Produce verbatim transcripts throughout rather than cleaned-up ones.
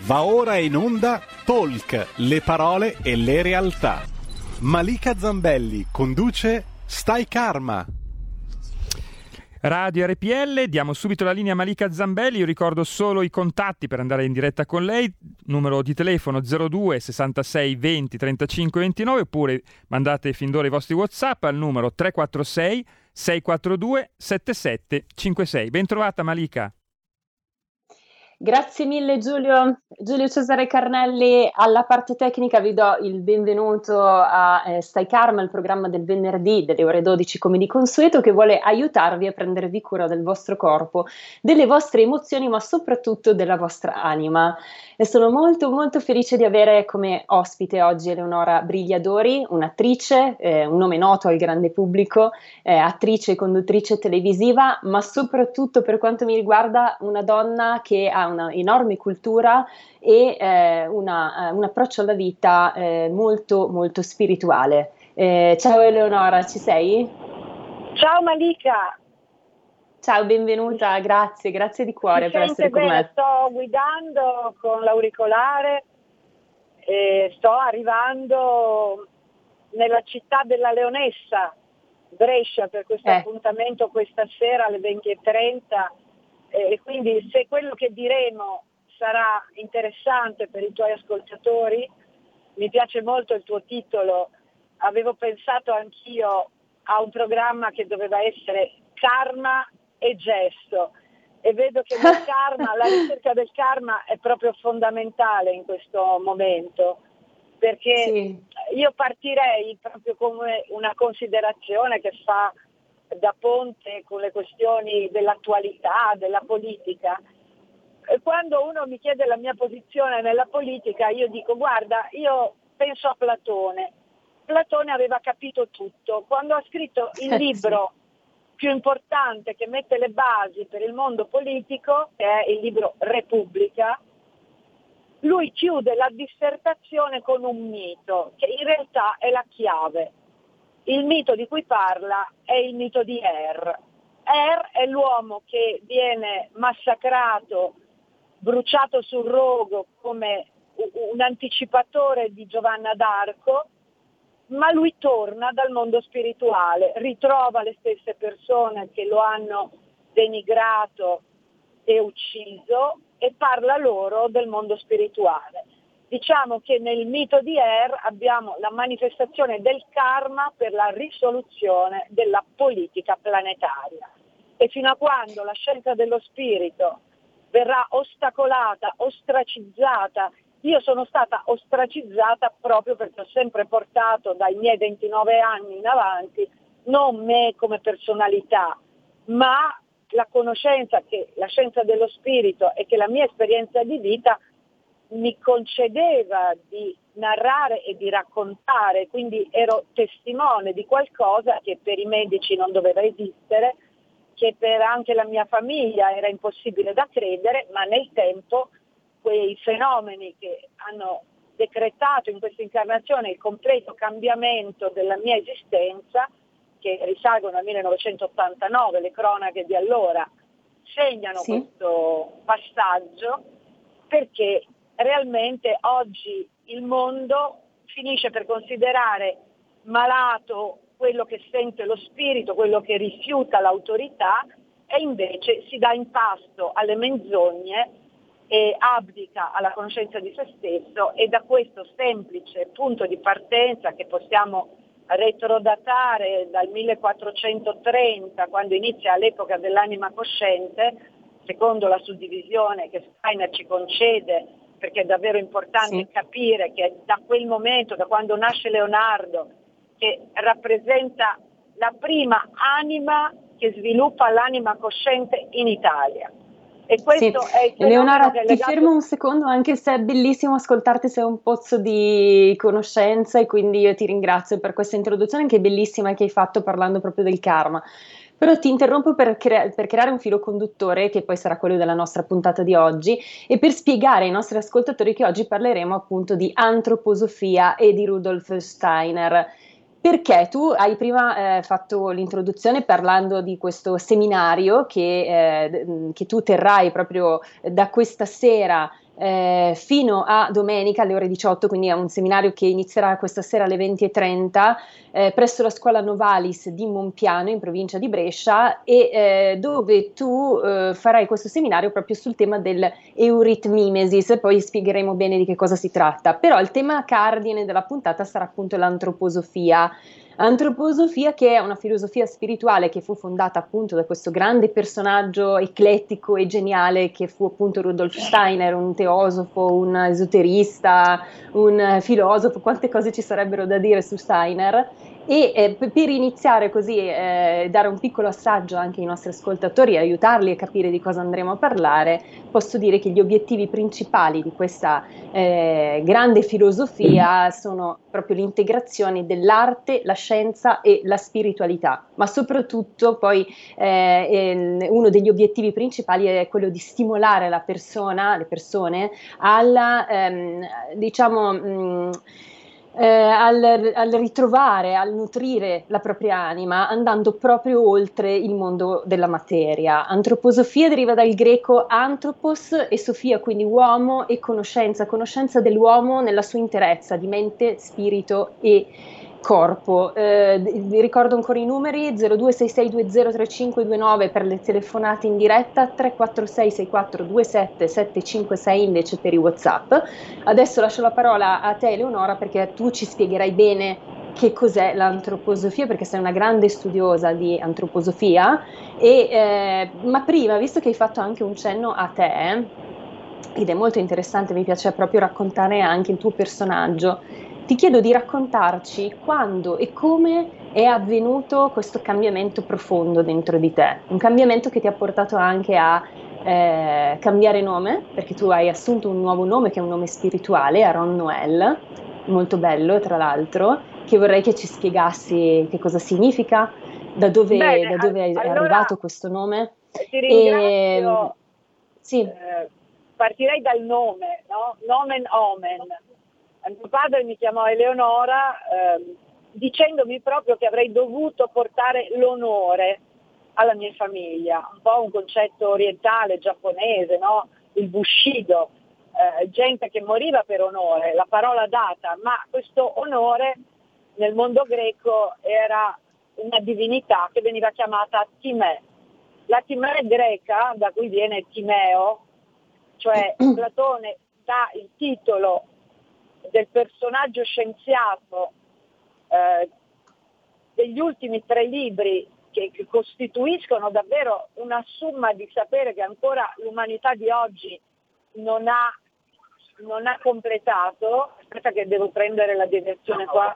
Va ora in onda Talk, le parole e le realtà. Malika Zambelli conduce Stai Karma. Radio R P L, diamo subito la linea a Malika Zambelli. Io ricordo solo i contatti per andare in diretta con lei: numero di telefono zero due sessantasei venti trentacinque ventinove, oppure mandate fin d'ora i vostri WhatsApp al numero tre quattro sei sei quattro due sette sette cinque sei. Ben trovata Malika. Grazie mille Giulio. Giulio Cesare Carnelli alla parte tecnica, vi do il benvenuto a eh, Stai Karma, il programma del venerdì delle ore dodici come di consueto, che vuole aiutarvi a prendervi cura del vostro corpo, delle vostre emozioni, ma soprattutto della vostra anima. E sono molto molto felice di avere come ospite oggi Eleonora Brigliadori, un'attrice, eh, un nome noto al grande pubblico, eh, attrice e conduttrice televisiva, ma soprattutto, per quanto mi riguarda, una donna che ha una enorme cultura e eh, una, un approccio alla vita eh, molto molto spirituale. Eh, ciao Eleonora, ci sei? Ciao Malika. Ciao, benvenuta, grazie, grazie di cuore per essere con me. Sto guidando con l'auricolare e sto arrivando nella città della Leonessa, Brescia, per questo eh. appuntamento questa sera alle venti e trenta. E quindi se quello che diremo sarà interessante per i tuoi ascoltatori, mi piace molto il tuo titolo. Avevo pensato anch'io a un programma che doveva essere Karma e gesto, e vedo che il karma, la ricerca del karma è proprio fondamentale in questo momento, perché sì. Io partirei proprio come una considerazione che fa da ponte con le questioni dell'attualità, della politica. E quando uno mi chiede la mia posizione nella politica, io dico: guarda, io penso a Platone. Platone aveva capito tutto. Quando ha scritto il libro più importante che mette le basi per il mondo politico, che è il libro Repubblica, lui chiude la dissertazione con un mito, che in realtà è la chiave. Il mito di cui parla è il mito di Er. Er è l'uomo che viene massacrato, bruciato sul rogo come un anticipatore di Giovanna d'Arco, ma lui torna dal mondo spirituale, ritrova le stesse persone che lo hanno denigrato e ucciso e parla loro del mondo spirituale. Diciamo che nel mito di Er abbiamo la manifestazione del karma per la risoluzione della politica planetaria. E fino a quando la scienza dello spirito verrà ostacolata, ostracizzata, io sono stata ostracizzata proprio perché ho sempre portato dai miei ventinove anni in avanti non me come personalità, ma la conoscenza che la scienza dello spirito e che la mia esperienza di vita mi concedeva di narrare e di raccontare, quindi ero testimone di qualcosa che per i medici non doveva esistere, che per anche la mia famiglia era impossibile da credere, ma nel tempo quei fenomeni che hanno decretato in questa incarnazione il completo cambiamento della mia esistenza, che risalgono al millenovecentottantanove, le cronache di allora segnano sì. questo passaggio, perché realmente oggi il mondo finisce per considerare malato quello che sente lo spirito, quello che rifiuta l'autorità, e invece si dà in pasto alle menzogne e abdica alla conoscenza di se stesso, e da questo semplice punto di partenza che possiamo retrodatare dal millequattrocentotrenta, quando inizia l'epoca dell'anima cosciente, secondo la suddivisione che Steiner ci concede, perché è davvero importante sì. capire che da quel momento, da quando nasce Leonardo, che rappresenta la prima anima che sviluppa l'anima cosciente in Italia. E questo sì. è il Eleonora, che è ti legato... fermo un secondo, anche se è bellissimo ascoltarti, sei un pozzo di conoscenza, e quindi io ti ringrazio per questa introduzione anche bellissima che hai fatto parlando proprio del karma. Però ti interrompo per, crea- per creare un filo conduttore, che poi sarà quello della nostra puntata di oggi, e per spiegare ai nostri ascoltatori che oggi parleremo appunto di antroposofia e di Rudolf Steiner. Perché tu hai prima eh, fatto l'introduzione parlando di questo seminario che, eh, che tu terrai proprio da questa sera eh, fino a domenica alle ore diciotto, quindi è un seminario che inizierà questa sera alle venti e trenta eh, presso la scuola Novalis di Monpiano in provincia di Brescia, e eh, dove tu eh, farai questo seminario proprio sul tema dell'euritmimesis. Poi spiegheremo bene di che cosa si tratta, però il tema cardine della puntata sarà appunto l'antroposofia. Antroposofia, che è una filosofia spirituale che fu fondata appunto da questo grande personaggio eclettico e geniale che fu appunto Rudolf Steiner, un teosofo, un esoterista, un filosofo, quante cose ci sarebbero da dire su Steiner. E eh, per iniziare così, eh, dare un piccolo assaggio anche ai nostri ascoltatori e aiutarli a capire di cosa andremo a parlare, posso dire che gli obiettivi principali di questa eh, grande filosofia sono proprio l'integrazione dell'arte, la scienza e la spiritualità, ma soprattutto poi eh, uno degli obiettivi principali è quello di stimolare la persona, le persone alla ehm, diciamo mh, Eh, al, al ritrovare, al nutrire la propria anima, andando proprio oltre il mondo della materia. Antroposofia deriva dal greco anthropos e sofia, quindi uomo, e conoscenza, conoscenza dell'uomo nella sua interezza di mente, spirito e corpo. Eh, vi ricordo ancora i numeri: zero due sei sei due zero tre cinque due nove per le telefonate in diretta, tre quattro sei sei quattro due sette sette cinque sei invece per i WhatsApp. Adesso lascio la parola a te, Eleonora, perché tu ci spiegherai bene che cos'è l'antroposofia, perché sei una grande studiosa di antroposofia. E, eh, ma prima, visto che hai fatto anche un cenno a te, ed è molto interessante, mi piace proprio raccontare anche il tuo personaggio, ti chiedo di raccontarci quando e come è avvenuto questo cambiamento profondo dentro di te, un cambiamento che ti ha portato anche a eh, cambiare nome, perché tu hai assunto un nuovo nome che è un nome spirituale, Aaron Noel, molto bello tra l'altro, che vorrei che ci spiegassi che cosa significa, da dove, Bene, da dove allora, è arrivato questo nome. Ti ringrazio. E, sì. eh, partirei dal nome, no? Nomen omen. Mio padre mi chiamò Eleonora eh, dicendomi proprio che avrei dovuto portare l'onore alla mia famiglia, un po' un concetto orientale, giapponese, no? Il bushido, eh, gente che moriva per onore, la parola data, ma questo onore nel mondo greco era una divinità che veniva chiamata Timè. La Timè greca, da cui viene Timeo, cioè Platone dà il titolo del personaggio scienziato eh, degli ultimi tre libri che, che costituiscono davvero una somma di sapere che ancora l'umanità di oggi non ha, non ha completato. Aspetta che devo prendere la direzione qua.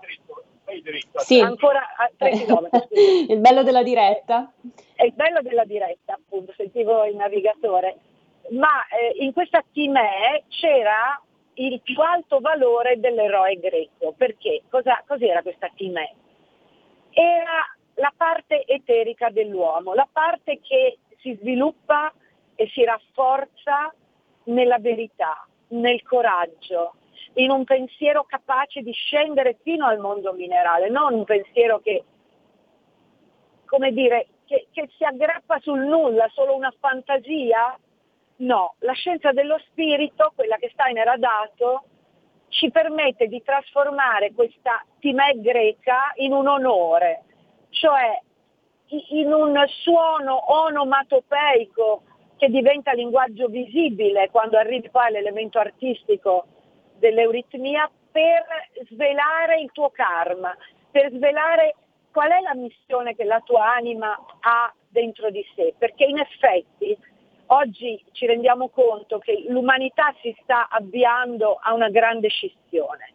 Sì. Ancora a tre chilometri. Il bello della diretta. È il bello della diretta, appunto, sentivo il navigatore. Ma eh, in questa Timè c'era il più alto valore dell'eroe greco. Perché? Cosa, cos'era questa Timè? Era la parte eterica dell'uomo, la parte che si sviluppa e si rafforza nella verità, nel coraggio, in un pensiero capace di scendere fino al mondo minerale, non un pensiero che, come dire, che, che si aggrappa sul nulla, solo una fantasia. No, la scienza dello spirito, quella che Steiner ha dato, ci permette di trasformare questa Timè greca in un onore, cioè in un suono onomatopeico che diventa linguaggio visibile quando arrivi poi all'elemento artistico dell'euritmia, per svelare il tuo karma, per svelare qual è la missione che la tua anima ha dentro di sé, perché in effetti oggi ci rendiamo conto che l'umanità si sta avviando a una grande scissione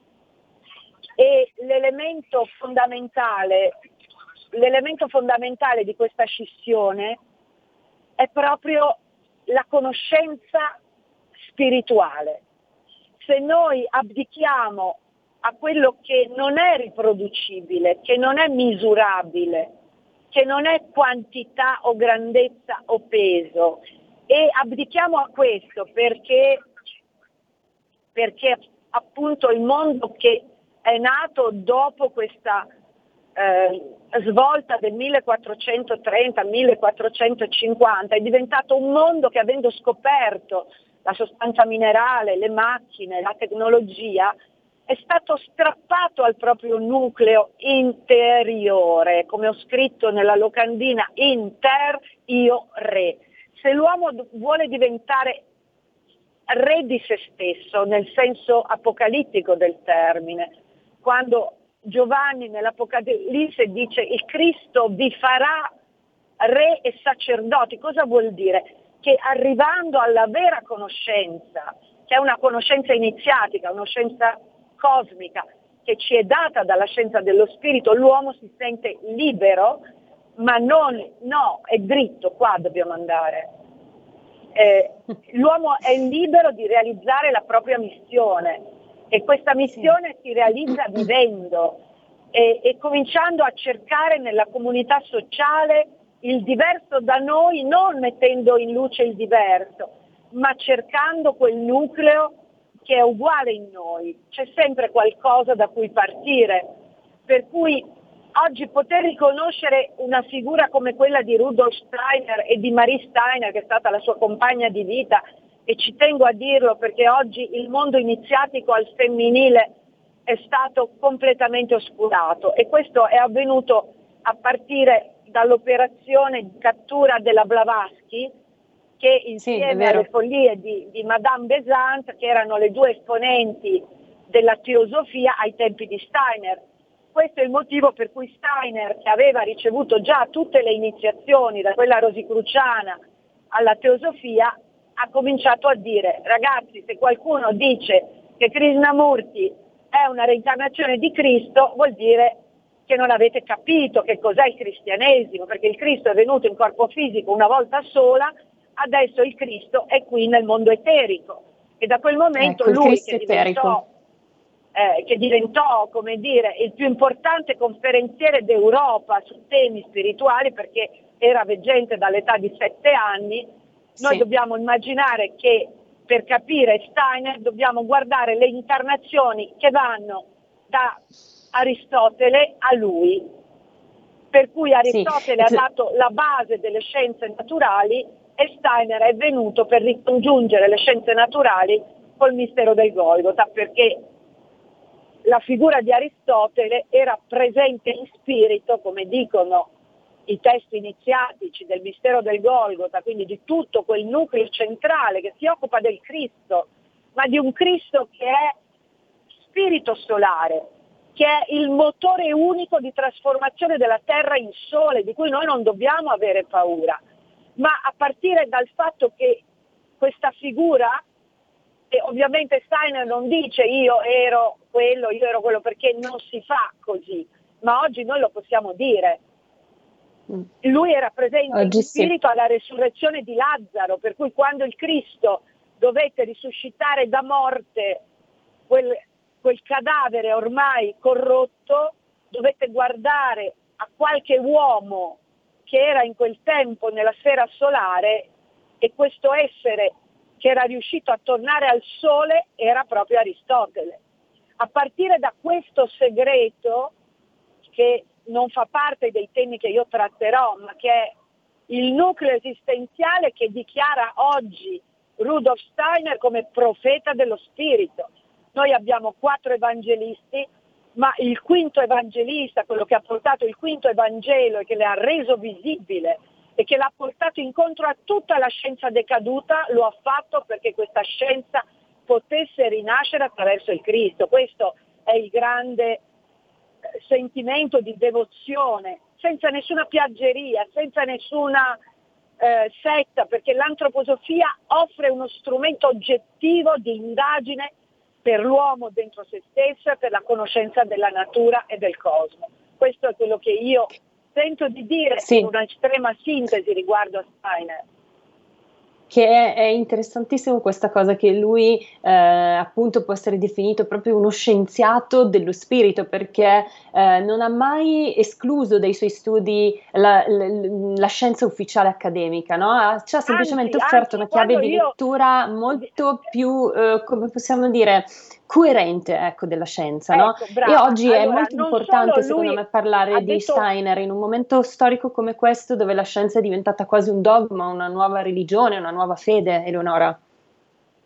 e l'elemento fondamentale, l'elemento fondamentale di questa scissione è proprio la conoscenza spirituale. Se noi abdichiamo a quello che non è riproducibile, che non è misurabile, che non è quantità o grandezza o peso, e abdichiamo a questo perché, perché appunto il mondo che è nato dopo questa eh, svolta del millequattrocentotrenta millequattrocentocinquanta è diventato un mondo che, avendo scoperto la sostanza minerale, le macchine, la tecnologia, è stato strappato al proprio nucleo interiore, come ho scritto nella locandina, inter io re. Se l'uomo vuole diventare re di se stesso, nel senso apocalittico del termine, quando Giovanni nell'Apocalisse dice il Cristo vi farà re e sacerdoti, cosa vuol dire? Che arrivando alla vera conoscenza, che è una conoscenza iniziatica, una conoscenza cosmica, che ci è data dalla scienza dello spirito, l'uomo si sente libero, ma non, no, è dritto, qua dobbiamo andare. Eh, l'uomo è libero di realizzare la propria missione e questa missione si realizza vivendo e, e cominciando a cercare nella comunità sociale il diverso da noi, non mettendo in luce il diverso, ma cercando quel nucleo che è uguale in noi. C'è sempre qualcosa da cui partire, per cui oggi poter riconoscere una figura come quella di Rudolf Steiner e di Marie Steiner, che è stata la sua compagna di vita, e ci tengo a dirlo perché oggi il mondo iniziatico al femminile è stato completamente oscurato e questo è avvenuto a partire dall'operazione di cattura della Blavatsky, che insieme sì, alle follie di, di Madame Besant, che erano le due esponenti della teosofia ai tempi di Steiner. Questo è il motivo per cui Steiner, che aveva ricevuto già tutte le iniziazioni, da quella rosicruciana alla teosofia, ha cominciato a dire: ragazzi, se qualcuno dice che Krishnamurti è una reincarnazione di Cristo, vuol dire che non avete capito che cos'è il cristianesimo, perché il Cristo è venuto in corpo fisico una volta sola, adesso il Cristo è qui nel mondo eterico. E da quel momento ecco, lui che diventò, eh, che diventò, come dire, il più importante conferenziere d'Europa su temi spirituali, perché era veggente dall'età di sette anni, noi sì. dobbiamo immaginare che per capire Steiner dobbiamo guardare le incarnazioni che vanno da Aristotele a lui, per cui Aristotele sì. ha dato la base delle scienze naturali e Steiner è venuto per ricongiungere le scienze naturali col mistero del Golgota, perché la figura di Aristotele era presente in spirito, come dicono i testi iniziatici del mistero del Golgota, quindi di tutto quel nucleo centrale che si occupa del Cristo, ma di un Cristo che è spirito solare, che è il motore unico di trasformazione della terra in sole, di cui noi non dobbiamo avere paura. Ma a partire dal fatto che questa figura, e ovviamente Steiner non dice io ero quello, io ero quello, perché non si fa così, ma oggi noi lo possiamo dire. Lui era presente oggi in spirito sì. alla resurrezione di Lazzaro, per cui quando il Cristo dovette risuscitare da morte quel, quel cadavere ormai corrotto, dovette guardare a qualche uomo che era in quel tempo nella sfera solare, e questo essere che era riuscito a tornare al sole era proprio Aristotele. A partire da questo segreto, che non fa parte dei temi che io tratterò, ma che è il nucleo esistenziale che dichiara oggi Rudolf Steiner come profeta dello spirito. Noi abbiamo quattro evangelisti, ma il quinto evangelista, quello che ha portato il quinto Evangelo e che le ha reso visibile e che l'ha portato incontro a tutta la scienza decaduta, lo ha fatto perché questa scienza potesse rinascere attraverso il Cristo. Questo è il grande sentimento di devozione, senza nessuna piaggeria, senza nessuna eh, setta, perché l'antroposofia offre uno strumento oggettivo di indagine per l'uomo dentro se stesso e per la conoscenza della natura e del cosmo. Questo è quello che io tento di dire sì. in una estrema sintesi riguardo a Steiner. Che è, è interessantissimo questa cosa, che lui eh, appunto può essere definito proprio uno scienziato dello spirito, perché eh, non ha mai escluso dai suoi studi la, la, la scienza ufficiale accademica, no? Ci ha semplicemente anzi, offerto anzi, una chiave di io... lettura molto più, eh, come possiamo dire, coerente, ecco, della scienza, ecco, no? brava. E oggi allora, è molto importante secondo me parlare di detto... Steiner in un momento storico come questo, dove la scienza è diventata quasi un dogma, una nuova religione, una nuova fede, Eleonora.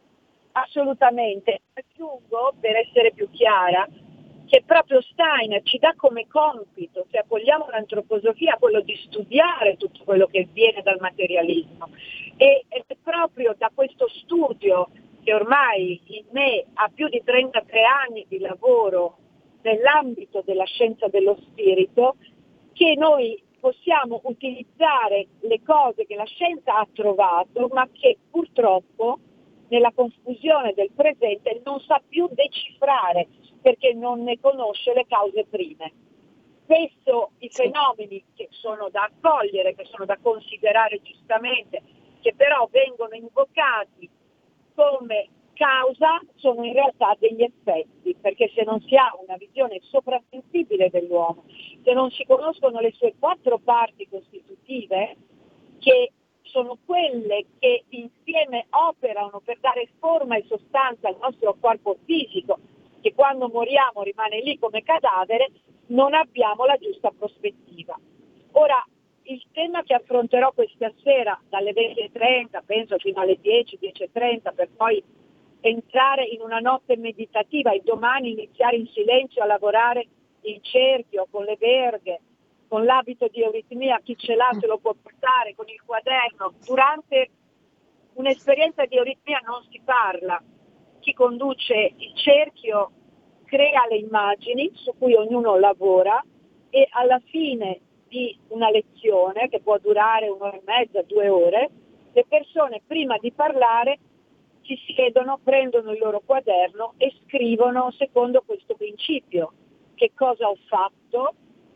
Assolutamente. Aggiungo, per essere più chiara, che proprio Steiner ci dà come compito, se accogliamo l'antroposofia, quello di studiare tutto quello che viene dal materialismo. E è proprio da questo studio, che ormai in me ha più di trentatré anni di lavoro nell'ambito della scienza dello spirito, che noi possiamo utilizzare le cose che la scienza ha trovato, ma che purtroppo nella confusione del presente non sa più decifrare, perché non ne conosce le cause prime. Spesso i fenomeni che sono da accogliere, che sono da considerare giustamente, che però vengono invocati come causa, sono in realtà degli effetti, perché se non si ha una visione soprasensibile dell'uomo, se non si conoscono le sue quattro parti costitutive, che sono quelle che insieme operano per dare forma e sostanza al nostro corpo fisico, che quando moriamo rimane lì come cadavere, non abbiamo la giusta prospettiva. Ora, il tema che affronterò questa sera dalle venti e trenta, penso fino alle dieci, dieci e trenta, per poi entrare in una notte meditativa e domani iniziare in silenzio a lavorare in cerchio, con le verghe, con l'abito di euritmia, chi ce l'ha se lo può portare, con il quaderno. Durante un'esperienza di euritmia non si parla. Chi conduce il cerchio crea le immagini su cui ognuno lavora e alla fine di una lezione, che può durare un'ora e mezza, due ore, le persone prima di parlare si siedono, prendono il loro quaderno e scrivono secondo questo principio: che cosa ho fatto,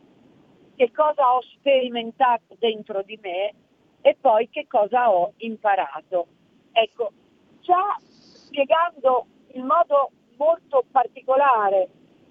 che cosa ho sperimentato dentro di me e poi che cosa ho imparato. Ecco, già spiegando il modo molto particolare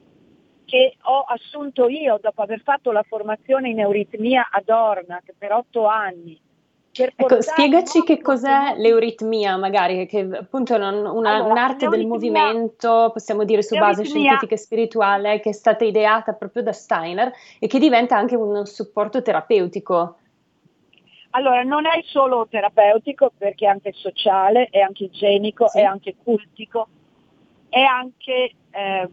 che ho assunto io dopo aver fatto la formazione in euritmia ad Ornac per otto anni. Per ecco, spiegaci che cos'è contenuti... l'euritmia, magari, che appunto è una, una, allora, un'arte del movimento, possiamo dire su base scientifica e spirituale, che è stata ideata proprio da Steiner e che diventa anche un supporto terapeutico. Allora, non è solo terapeutico, perché è anche sociale, è anche igienico, sì. È anche cultico, è anche ehm,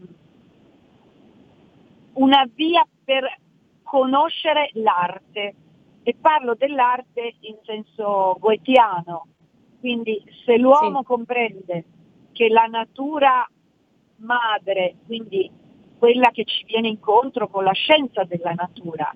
una via per conoscere l'arte. E parlo dell'arte in senso goetiano, quindi se l'uomo sì. comprende che la natura madre, quindi quella che ci viene incontro con la scienza della natura,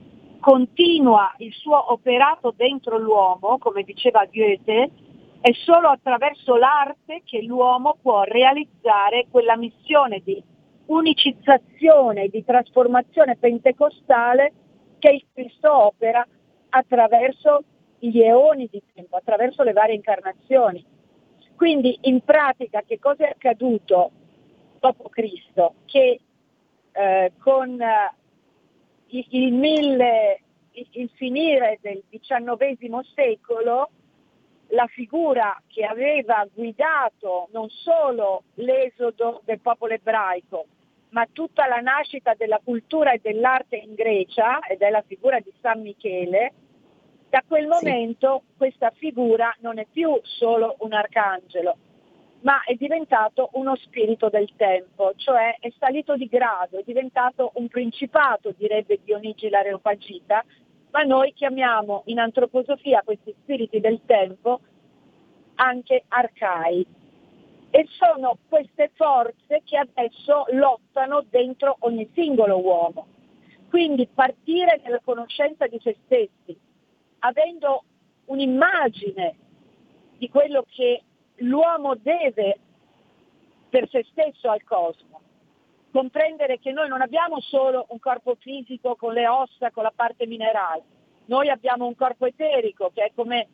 continua il suo operato dentro l'uomo, come diceva Goethe, è solo attraverso l'arte che l'uomo può realizzare quella missione di unicizzazione, di trasformazione pentecostale che il Cristo opera attraverso gli eoni di tempo, attraverso le varie incarnazioni. Quindi in pratica che cosa è accaduto dopo Cristo? Che eh, con eh, il, il, mille, il, il finire del diciannovesimo secolo, la figura che aveva guidato non solo l'esodo del popolo ebraico, ma tutta la nascita della cultura e dell'arte in Grecia, ed è la figura di San Michele, da quel momento sì. Questa figura non è più solo un arcangelo, ma è diventato uno spirito del tempo, cioè è salito di grado, è diventato un principato, direbbe Dionigi l'Areopagita, ma noi chiamiamo in antroposofia questi spiriti del tempo anche arcai. E sono queste forze che adesso lottano dentro ogni singolo uomo. Quindi partire nella conoscenza di se stessi, avendo un'immagine di quello che l'uomo deve per se stesso al cosmo. Comprendere che noi non abbiamo solo un corpo fisico con le ossa, con la parte minerale. Noi abbiamo un corpo eterico che è come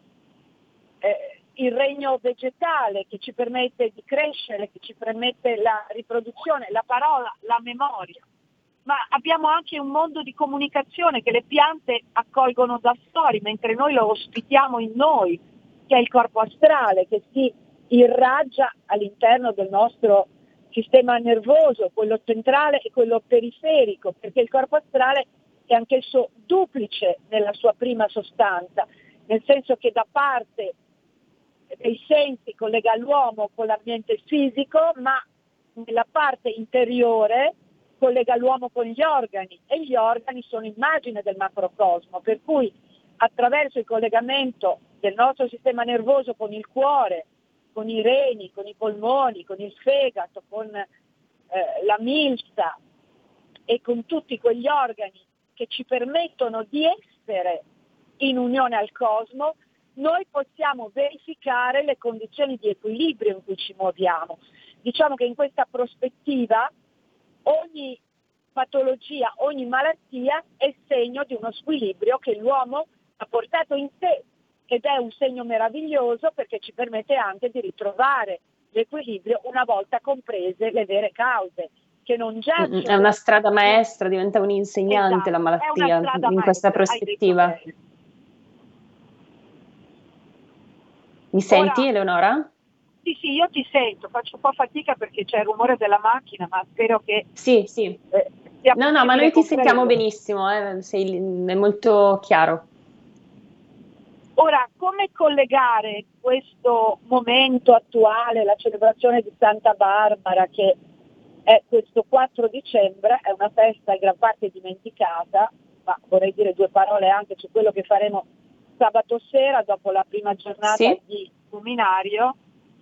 eh, il regno vegetale che ci permette di crescere, che ci permette la riproduzione, la parola, la memoria. Ma abbiamo anche un mondo di comunicazione che le piante accolgono da fuori, mentre noi lo ospitiamo in noi, che è il corpo astrale, che si irraggia all'interno del nostro sistema nervoso, quello centrale e quello periferico, perché il corpo astrale è anch'esso duplice nella sua prima sostanza, nel senso che da parte dei sensi collega l'uomo con l'ambiente fisico, ma nella parte interiore collega l'uomo con gli organi, e gli organi sono immagine del macrocosmo, per cui attraverso il collegamento del nostro sistema nervoso con il cuore, con i reni, con i polmoni, con il fegato, con eh, la milza e con tutti quegli organi che ci permettono di essere in unione al cosmo, noi possiamo verificare le condizioni di equilibrio in cui ci muoviamo. Diciamo che in questa prospettiva ogni patologia, ogni malattia è segno di uno squilibrio che l'uomo ha portato in sé, ed è un segno meraviglioso perché ci permette anche di ritrovare l'equilibrio una volta comprese le vere cause, che non già è una strada maestra, diventa un insegnante, esatto, la malattia in maestra, questa prospettiva. Mi senti, ora, Eleonora? Sì, sì, io ti sento, faccio un po' fatica perché c'è il rumore della macchina, ma spero che... Sì, sì. Eh, no, no, ma noi ti sentiamo benissimo, eh, sei, è molto chiaro. Ora, come collegare questo momento attuale, la celebrazione di Santa Barbara, che è questo quattro dicembre, è una festa in gran parte dimenticata, ma vorrei dire due parole anche su quello che faremo sabato sera, dopo la prima giornata sì. di luminario.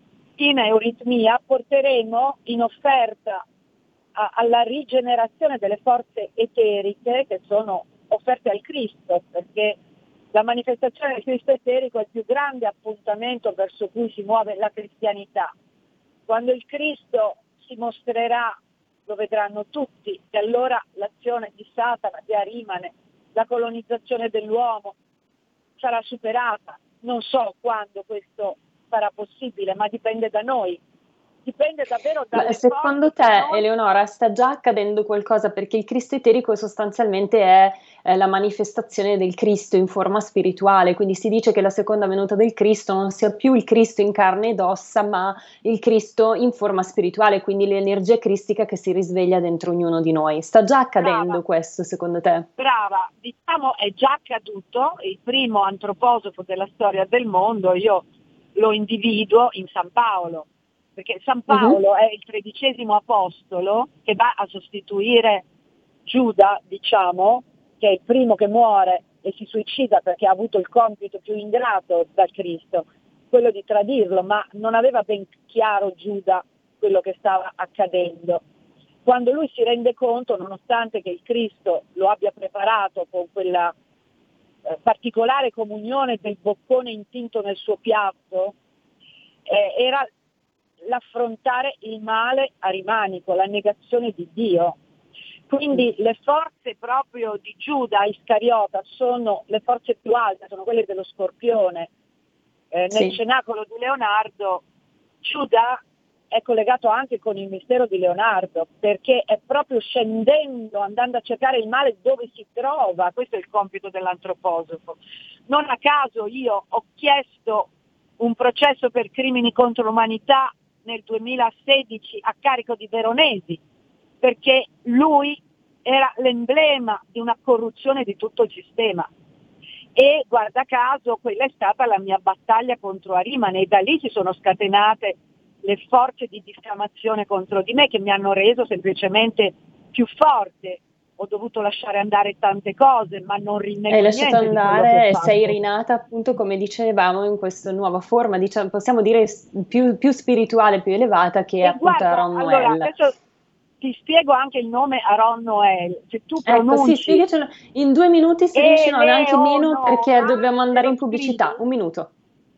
In Euritmia porteremo in offerta a, alla rigenerazione delle forze eteriche che sono offerte al Cristo, perché la manifestazione del Cristo eterico è il più grande appuntamento verso cui si muove la cristianità. Quando il Cristo si mostrerà, lo vedranno tutti, e allora l'azione di Satana, di Arimane, la colonizzazione dell'uomo sarà superata. Non so quando questo sarà possibile, ma dipende da noi. Dipende davvero da noi. Secondo te, noi... Eleonora, sta già accadendo qualcosa? Perché il Cristo eterico sostanzialmente è eh, la manifestazione del Cristo in forma spirituale, quindi si dice che la seconda venuta del Cristo non sia più il Cristo in carne ed ossa, ma il Cristo in forma spirituale, quindi l'energia cristica che si risveglia dentro ognuno di noi. Sta già accadendo Brava. questo, secondo te? Brava, diciamo è già accaduto. Il primo antroposofo della storia del mondo, io lo individuo in San Paolo, perché San Paolo uh-huh. è il tredicesimo apostolo che va a sostituire Giuda, diciamo, che è il primo che muore e si suicida perché ha avuto il compito più ingrato dal Cristo, quello di tradirlo, ma non aveva ben chiaro Giuda quello che stava accadendo. Quando lui si rende conto, nonostante che il Cristo lo abbia preparato con quella eh, particolare comunione del boccone intinto nel suo piatto, eh, era l'affrontare il male arimanico, la negazione di Dio. Quindi le forze proprio di Giuda Iscariota sono le forze più alte, sono quelle dello Scorpione. Eh, nel sì. cenacolo di Leonardo, Giuda è collegato anche con il mistero di Leonardo, perché è proprio scendendo, andando a cercare il male dove si trova. Questo è il compito dell'antroposofo. Non a caso io ho chiesto un processo per crimini contro l'umanità nel duemilasedici a carico di Veronesi, perché lui era l'emblema di una corruzione di tutto il sistema. E guarda caso quella è stata la mia battaglia contro Arimane, e da lì si sono scatenate le forze di diffamazione contro di me, che mi hanno reso semplicemente più forte. Ho dovuto lasciare andare tante cose, ma non rinnego Hai niente. Hai lasciato andare e sei rinata, appunto, come dicevamo, in questa nuova forma, diciamo, possiamo dire più, più spirituale, più elevata, che e appunto guarda, Aron Noel. Allora, adesso ti spiego anche il nome Aron Noel. Se tu pronunci... Ecco, sì, spiegacelo in due minuti, se riesci, no, neanche meno, no, perché dobbiamo andare in pubblicità. Un minuto.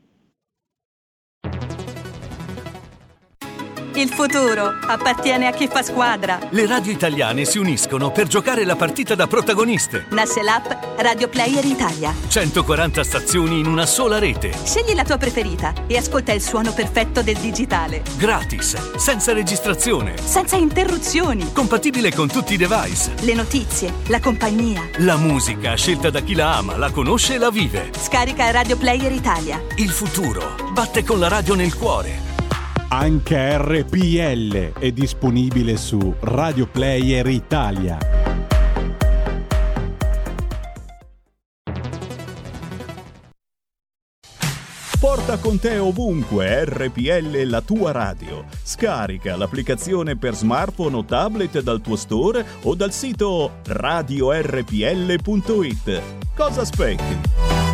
Il futuro appartiene a chi fa squadra. Le radio italiane si uniscono per giocare la partita da protagoniste. Nasce l'app Radio Player Italia. centoquaranta stazioni in una sola rete. Scegli la tua preferita e ascolta il suono perfetto del digitale. Gratis, senza registrazione. Senza interruzioni. Compatibile con tutti i device. Le notizie, la compagnia. La musica, scelta da chi la ama, la conosce e la vive. Scarica Radio Player Italia. Il futuro batte con la radio nel cuore. Anche R P L è disponibile su Radio Player Italia. Porta con te ovunque. R P L, la tua radio. Scarica l'applicazione per smartphone o tablet dal tuo store o dal sito radio r p l punto i t. Cosa aspetti?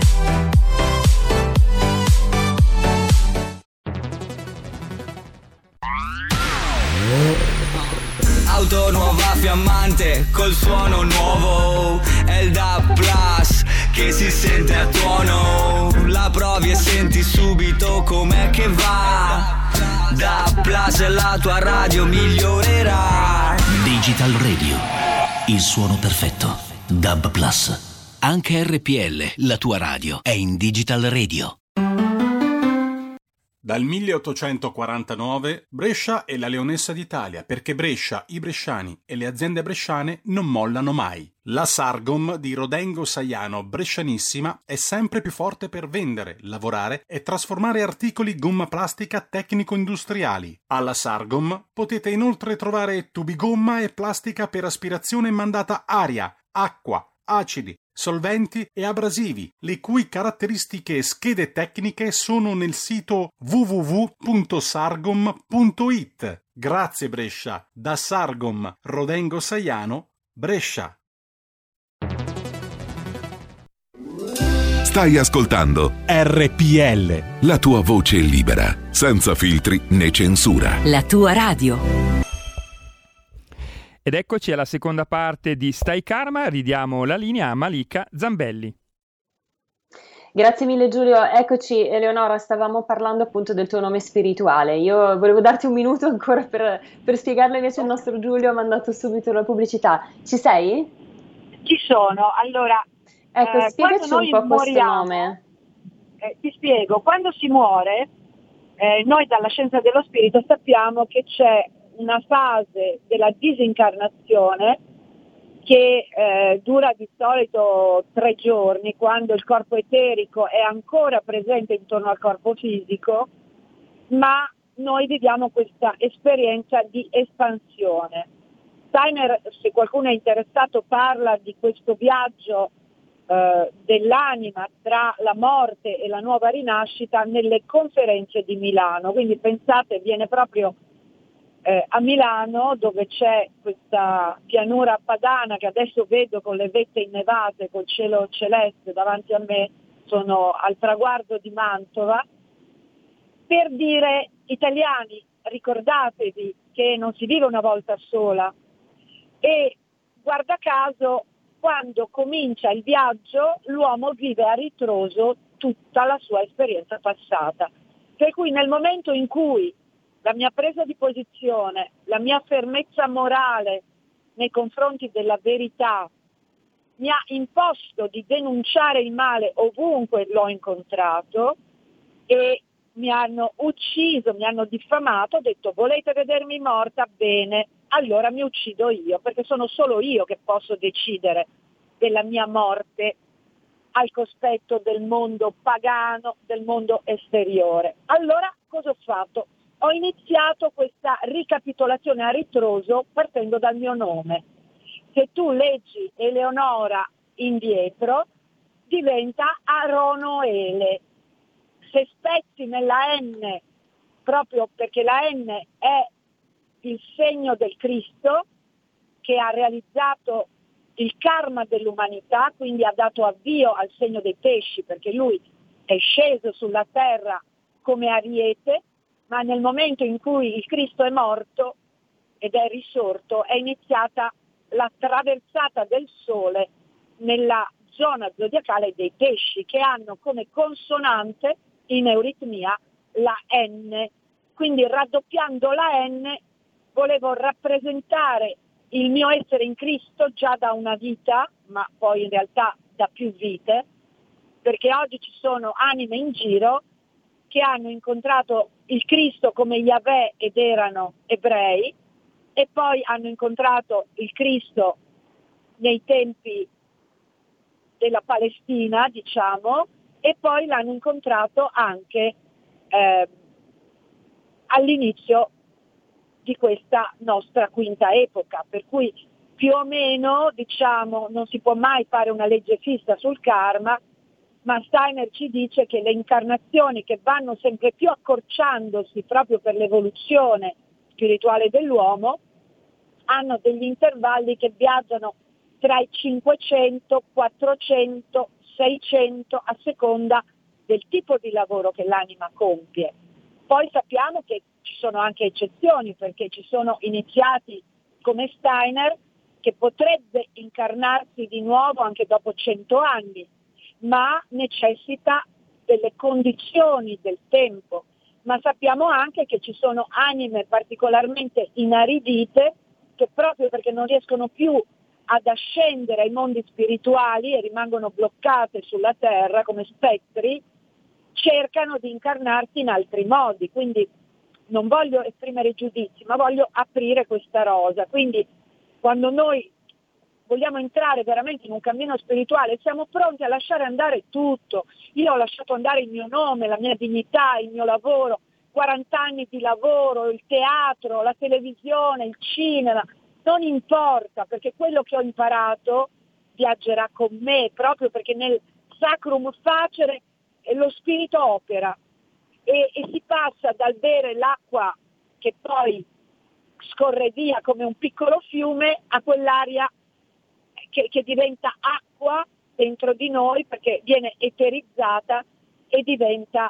Auto nuova fiammante col suono nuovo, è il D A B Plus che si sente a tuono. La provi e senti subito com'è che va. D A B Plus è la tua radio migliorerà. Digital Radio, il suono perfetto. D A B Plus. Anche R P L, la tua radio, è in Digital Radio. Dal milleottocentoquarantanove Brescia è la leonessa d'Italia, perché Brescia, i bresciani e le aziende bresciane non mollano mai. La Sargom di Rodengo Saiano, brescianissima, è sempre più forte per vendere, lavorare e trasformare articoli gomma plastica tecnico-industriali. Alla Sargom potete inoltre trovare tubi gomma e plastica per aspirazione mandata aria, acqua, acidi, solventi e abrasivi, le cui caratteristiche e schede tecniche sono nel sito w w w punto sargom punto i t. Grazie Brescia, da Sargom, Rodengo Saiano, Brescia. Stai ascoltando R P L, la tua voce libera, senza filtri né censura. La tua radio. Ed eccoci alla seconda parte di Stai Karma, ridiamo la linea a Malika Zambelli. Grazie mille Giulio, eccoci Eleonora, stavamo parlando appunto del tuo nome spirituale. Io volevo darti un minuto ancora per, per spiegarlo, invece il nostro Giulio ha mandato subito la pubblicità. Ci sei? Ci sono, allora... Ecco, eh, spiegaci un po' questo moriamo, nome. Eh, ti spiego, quando si muore, eh, noi dalla scienza dello spirito sappiamo che c'è una fase della disincarnazione che eh, dura di solito tre giorni, quando il corpo eterico è ancora presente intorno al corpo fisico, ma noi viviamo questa esperienza di espansione. Steiner, se qualcuno è interessato, parla di questo viaggio eh, dell'anima tra la morte e la nuova rinascita nelle conferenze di Milano, quindi pensate, viene proprio Eh, a Milano, dove c'è questa pianura padana che adesso vedo con le vette innevate, col cielo celeste davanti a me, sono al traguardo di Mantova, per dire: italiani, ricordatevi che non si vive una volta sola. E guarda caso, quando comincia il viaggio, l'uomo vive a ritroso tutta la sua esperienza passata, per cui nel momento in cui la mia presa di posizione, la mia fermezza morale nei confronti della verità mi ha imposto di denunciare il male ovunque l'ho incontrato, e mi hanno ucciso, mi hanno diffamato, ho detto: volete vedermi morta? Bene, allora mi uccido io, perché sono solo io che posso decidere della mia morte al cospetto del mondo pagano, del mondo esteriore. Allora cosa ho fatto? Ho iniziato questa ricapitolazione a ritroso partendo dal mio nome. Se tu leggi Eleonora indietro, diventa Aronoele. Se spezzi nella N, proprio perché la N è il segno del Cristo che ha realizzato il karma dell'umanità, quindi ha dato avvio al segno dei pesci, perché lui è sceso sulla terra come ariete, ma nel momento in cui il Cristo è morto ed è risorto, è iniziata la traversata del Sole nella zona zodiacale dei pesci, che hanno come consonante in euritmia la N. Quindi raddoppiando la N volevo rappresentare il mio essere in Cristo già da una vita, ma poi in realtà da più vite, perché oggi ci sono anime in giro che hanno incontrato il Cristo come Yahweh ed erano ebrei, e poi hanno incontrato il Cristo nei tempi della Palestina, diciamo, e poi l'hanno incontrato anche eh, all'inizio di questa nostra quinta epoca, per cui più o meno, diciamo, non si può mai fare una legge fissa sul karma, ma Steiner ci dice che le incarnazioni, che vanno sempre più accorciandosi proprio per l'evoluzione spirituale dell'uomo, hanno degli intervalli che viaggiano tra i cinquecento, quattrocento, seicento a seconda del tipo di lavoro che l'anima compie. Poi sappiamo che ci sono anche eccezioni, perché ci sono iniziati come Steiner che potrebbe incarnarsi di nuovo anche dopo cento anni, ma necessita delle condizioni del tempo. Ma sappiamo anche che ci sono anime particolarmente inaridite che proprio perché non riescono più ad ascendere ai mondi spirituali e rimangono bloccate sulla terra come spettri, cercano di incarnarsi in altri modi. Quindi non voglio esprimere giudizi, ma voglio aprire questa rosa. Quindi quando noi vogliamo entrare veramente in un cammino spirituale, siamo pronti a lasciare andare tutto. Io ho lasciato andare il mio nome, la mia dignità, il mio lavoro, quaranta anni di lavoro, il teatro, la televisione, il cinema, non importa, perché quello che ho imparato viaggerà con me, proprio perché nel sacrum facere lo spirito opera e, e si passa dal bere l'acqua che poi scorre via come un piccolo fiume a quell'aria che, che diventa acqua dentro di noi, perché viene eterizzata e diventa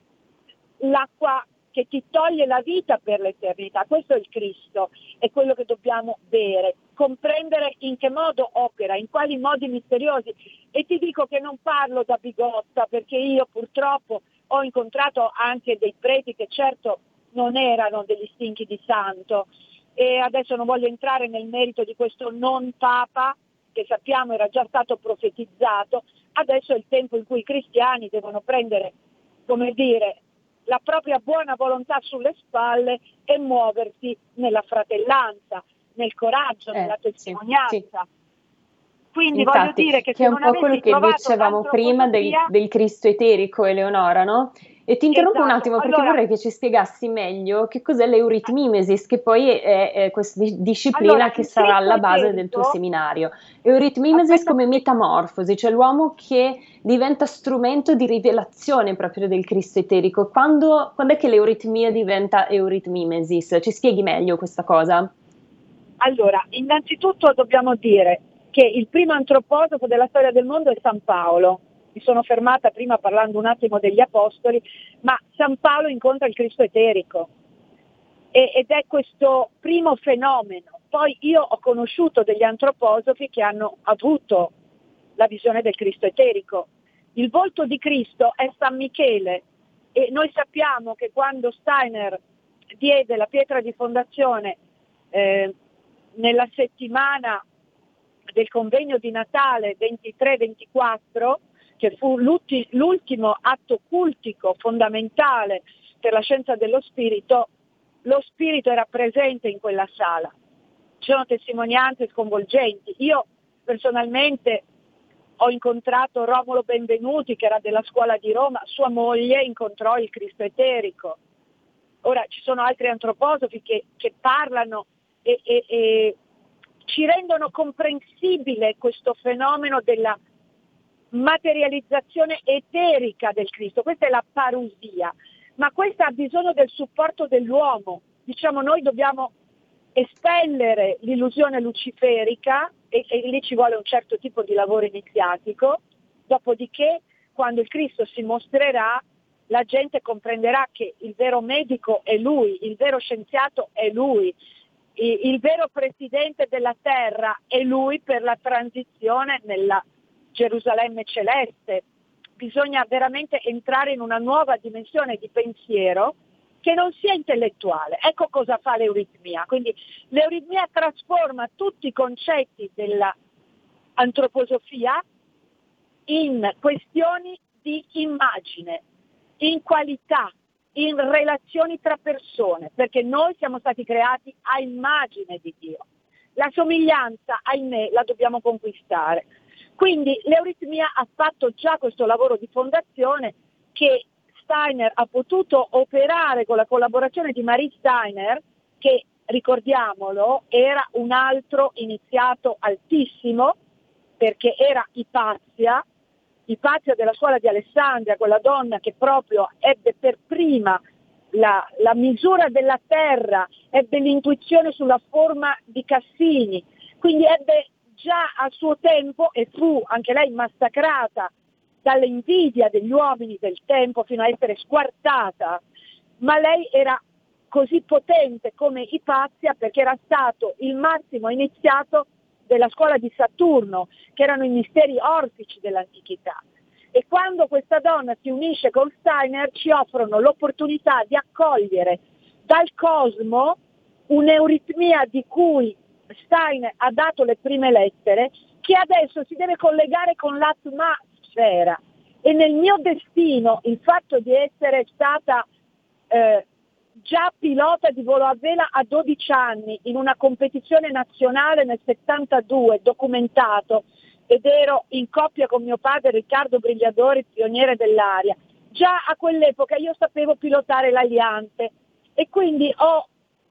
l'acqua che ti toglie la vita per l'eternità. Questo è il Cristo, è quello che dobbiamo bere, comprendere in che modo opera, in quali modi misteriosi. E ti dico che non parlo da bigotta, perché io purtroppo ho incontrato anche dei preti che certo non erano degli stinchi di santo, e adesso non voglio entrare nel merito di questo non papa, che sappiamo era già stato profetizzato. Adesso è il tempo in cui i cristiani devono prendere, come dire, la propria buona volontà sulle spalle e muoversi nella fratellanza, nel coraggio, eh, nella testimonianza. Sì, sì. Quindi Infatti, voglio dire che, che se è un po' quello che dicevamo prima del, del Cristo eterico, Eleonora, no? E ti interrompo esatto. un attimo perché allora, vorrei che ci spiegassi meglio che cos'è l'euritmimesis, che poi è, è questa disciplina allora, che sarà alla base eterico, del tuo seminario. Euritmimesis come metamorfosi, cioè l'uomo che diventa strumento di rivelazione proprio del Cristo eterico. Quando, quando è che l'euritmia diventa euritmimesis? Ci spieghi meglio questa cosa? Allora, innanzitutto dobbiamo dire che il primo antroposofo della storia del mondo è San Paolo. Mi sono fermata prima parlando un attimo degli apostoli, ma San Paolo incontra il Cristo eterico e, ed è questo primo fenomeno. Poi io ho conosciuto degli antroposofi che hanno avuto la visione del Cristo eterico. Il volto di Cristo è San Michele e noi sappiamo che quando Steiner diede la pietra di fondazione eh, nella settimana del convegno di Natale ventitré ventiquattro, che fu l'ultimo atto cultico fondamentale per la scienza dello spirito, lo spirito era presente in quella sala. Ci sono testimonianze sconvolgenti. Io personalmente ho incontrato Romolo Benvenuti, che era della scuola di Roma, sua moglie incontrò il Cristo eterico. Ora ci sono altri antroposofi che, che parlano e, e, e ci rendono comprensibile questo fenomeno della materializzazione eterica del Cristo. Questa è la parusia, ma questa ha bisogno del supporto dell'uomo. Diciamo, noi dobbiamo espellere l'illusione luciferica e, e lì ci vuole un certo tipo di lavoro iniziatico, dopodiché quando il Cristo si mostrerà la gente comprenderà che il vero medico è Lui, il vero scienziato è Lui, il, il vero presidente della terra è Lui per la transizione nella Gerusalemme celeste. Bisogna veramente entrare in una nuova dimensione di pensiero che non sia intellettuale. Ecco cosa fa l'euritmia. Quindi l'euritmia trasforma tutti i concetti della antroposofia in questioni di immagine, in qualità, in relazioni tra persone, perché noi siamo stati creati a immagine di Dio. La somiglianza, ahimè, la dobbiamo conquistare. Quindi l'euritmia ha fatto già questo lavoro di fondazione che Steiner ha potuto operare con la collaborazione di Marie Steiner, che, ricordiamolo, era un altro iniziato altissimo, perché era Ipazia, Ipazia della scuola di Alessandria, quella donna che proprio ebbe per prima la, la misura della terra, ebbe l'intuizione sulla forma di Cassini, quindi ebbe già a suo tempo, e fu anche lei massacrata dall'invidia degli uomini del tempo fino a essere squartata, ma lei era così potente come Ipazia perché era stato il massimo iniziato della scuola di Saturno, che erano i misteri orfici dell'antichità. E quando questa donna si unisce con Steiner ci offrono l'opportunità di accogliere dal cosmo un'euritmia di cui Steiner ha dato le prime lettere, che adesso si deve collegare con l'atmosfera. E nel mio destino il fatto di essere stata eh, già pilota di volo a vela a dodici anni in una competizione nazionale nel settantadue, documentato, ed ero in coppia con mio padre Riccardo Brigliadori, pioniere dell'aria, già a quell'epoca io sapevo pilotare l'Aliante e quindi ho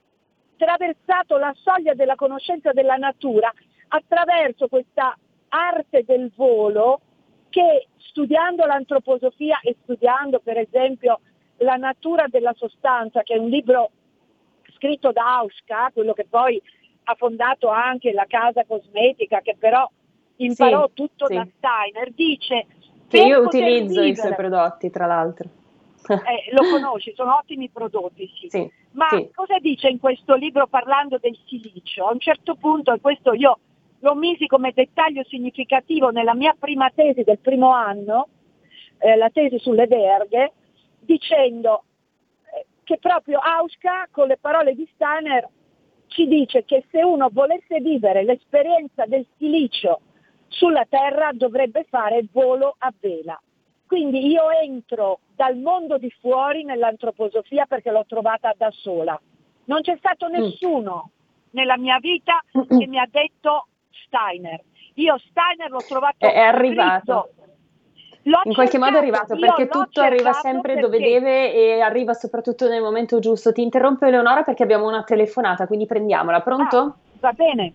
attraversato la soglia della conoscenza della natura attraverso questa arte del volo che, studiando l'antroposofia e studiando per esempio La natura della sostanza, che è un libro scritto da Hauschka, quello che poi ha fondato anche la casa cosmetica, che però imparò sì, tutto sì. da Steiner, dice che io utilizzo vivere, i suoi prodotti, tra l'altro. Eh, lo conosci, sono ottimi prodotti, sì. sì Ma sì. cosa dice in questo libro parlando del silicio? A un certo punto, e questo io lo misi come dettaglio significativo nella mia prima tesi del primo anno, eh, la tesi sulle verghe, dicendo eh, che proprio Hauschka, con le parole di Steiner, ci dice che se uno volesse vivere l'esperienza del silicio sulla Terra dovrebbe fare volo a vela. Quindi io entro dal mondo di fuori nell'antroposofia perché l'ho trovata da sola. Non c'è stato nessuno mm. nella mia vita Mm-mm. che mi ha detto Steiner. Io Steiner l'ho trovato è, è arrivato. L'ho in qualche cercato, modo è arrivato perché tutto arriva sempre perché... dove deve e arriva soprattutto nel momento giusto. Ti interrompo Eleonora perché abbiamo una telefonata, quindi prendiamola. Pronto? Ah, va bene.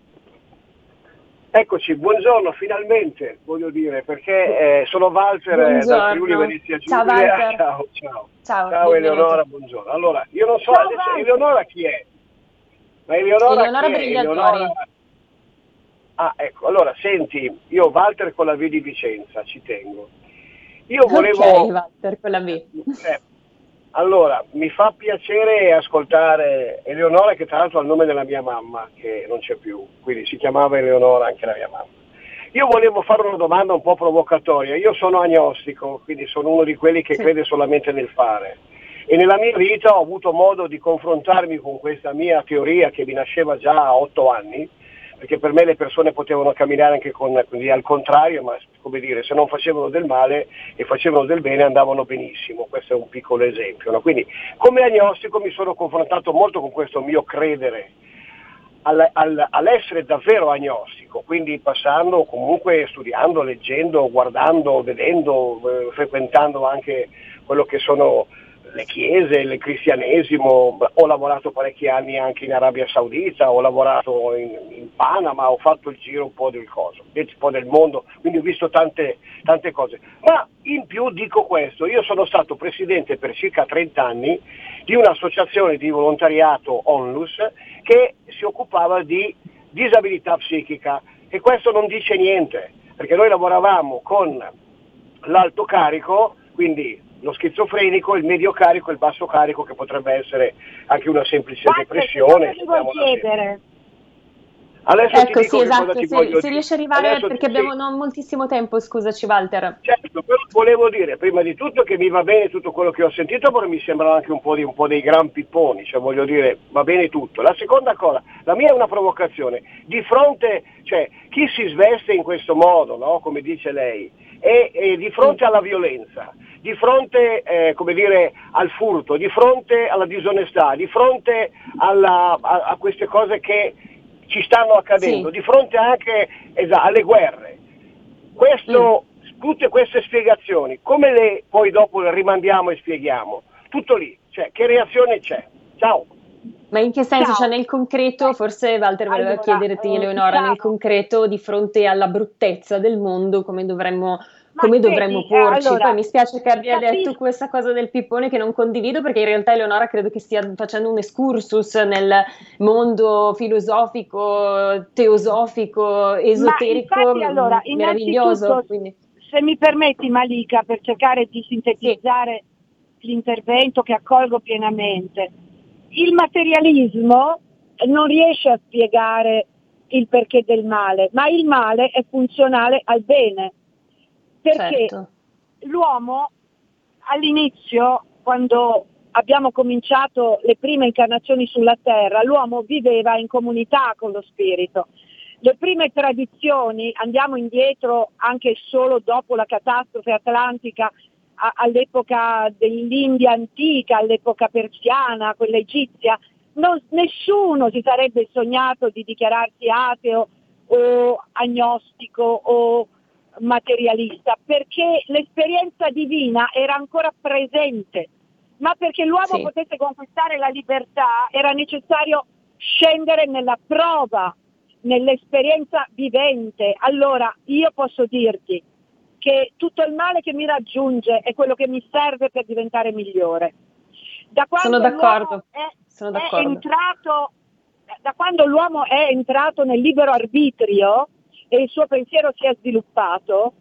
Eccoci, buongiorno, finalmente, voglio dire, perché eh, sono Walter eh, dal Friuli Venezia Giulia. Ciao Walter. Ciao, ciao. Ciao, ciao Eleonora, buongiorno. Allora, io non so, ciao, adesso, Eleonora chi è? Ma Eleonora, Eleonora chi è? Eleonora... Ah, ecco, allora, senti, io Walter con la V di Vicenza, ci tengo. Io volevo... Ok, Walter con la V. Eh, allora, mi fa piacere ascoltare Eleonora, che tra l'altro ha il nome della mia mamma, che non c'è più, quindi si chiamava Eleonora anche la mia mamma. Io volevo fare una domanda un po' provocatoria. Io sono agnostico, quindi sono uno di quelli che sì. crede solamente nel fare. E nella mia vita ho avuto modo di confrontarmi con questa mia teoria che mi nasceva già a otto anni, perché per me le persone potevano camminare anche con, quindi al contrario, ma come dire, se non facevano del male e facevano del bene andavano benissimo. Questo è un piccolo esempio, no? Quindi come agnostico mi sono confrontato molto con questo mio credere al, al, all'essere davvero agnostico, quindi passando comunque studiando, leggendo, guardando, vedendo, eh, frequentando anche quello che sono le chiese, il cristianesimo. Ho lavorato parecchi anni anche in Arabia Saudita, ho lavorato in, in Panama, ho fatto il giro un po' del coso, un po' del mondo, quindi ho visto tante, tante cose. Ma in più dico questo, io sono stato presidente per circa trenta anni di un'associazione di volontariato Onlus che si occupava di disabilità psichica, e questo non dice niente, perché noi lavoravamo con l'alto carico, quindi lo schizofrenico, il medio carico e il basso carico, che potrebbe essere anche una semplice Guarda, depressione. Che vuoi chiedere? Adesso ecco, ti dico sì, che esatto, cosa ti se, voglio se dire. riesci a arrivare, Adesso perché ti, abbiamo sì. non moltissimo tempo, scusaci Walter. Certo, però volevo dire prima di tutto che mi va bene tutto quello che ho sentito, però mi sembrano anche un po' di un po' dei gran pipponi, cioè voglio dire, va bene tutto. La seconda cosa, la mia è una provocazione, di fronte, cioè chi si sveste in questo modo, no? Come dice lei, e, e di fronte alla violenza, di fronte eh, come dire, al furto, di fronte alla disonestà, di fronte alla, a, a queste cose che ci stanno accadendo, sì. di fronte anche esatto, alle guerre. Questo, mm. tutte queste spiegazioni, come le poi dopo le rimandiamo e spieghiamo? Tutto lì, cioè che reazione c'è? Ciao. Ma in che senso? Ciao. Cioè nel concreto, forse Walter voleva allora, chiederti, eh, Eleonora, diciamo, nel concreto, di fronte alla bruttezza del mondo, come dovremmo come vedi, dovremmo porci. Allora, poi mi spiace che abbia capisco. detto questa cosa del pippone che non condivido, perché in realtà Eleonora credo che stia facendo un excursus nel mondo filosofico, teosofico, esoterico, Ma infatti, allora, meraviglioso. Quindi. Se mi permetti, Malika, per cercare di sintetizzare sì. l'intervento che accolgo pienamente, il materialismo non riesce a spiegare il perché del male, ma il male è funzionale al bene, perché certo. l'uomo all'inizio, quando abbiamo cominciato le prime incarnazioni sulla terra, l'uomo viveva in comunità con lo spirito. Le prime tradizioni, andiamo indietro anche solo dopo la catastrofe atlantica, a, all'epoca dell'India antica, all'epoca persiana, quella egizia, non, nessuno si sarebbe sognato di dichiararsi ateo o agnostico o materialista, perché l'esperienza divina era ancora presente, ma perché l'uomo sì. potesse conquistare la libertà era necessario scendere nella prova, nell'esperienza vivente. Allora io posso dirti che tutto il male che mi raggiunge è quello che mi serve per diventare migliore. Da quando Sono d'accordo. È, Sono è d'accordo. entrato, da quando l'uomo è entrato nel libero arbitrio e il suo pensiero si è sviluppato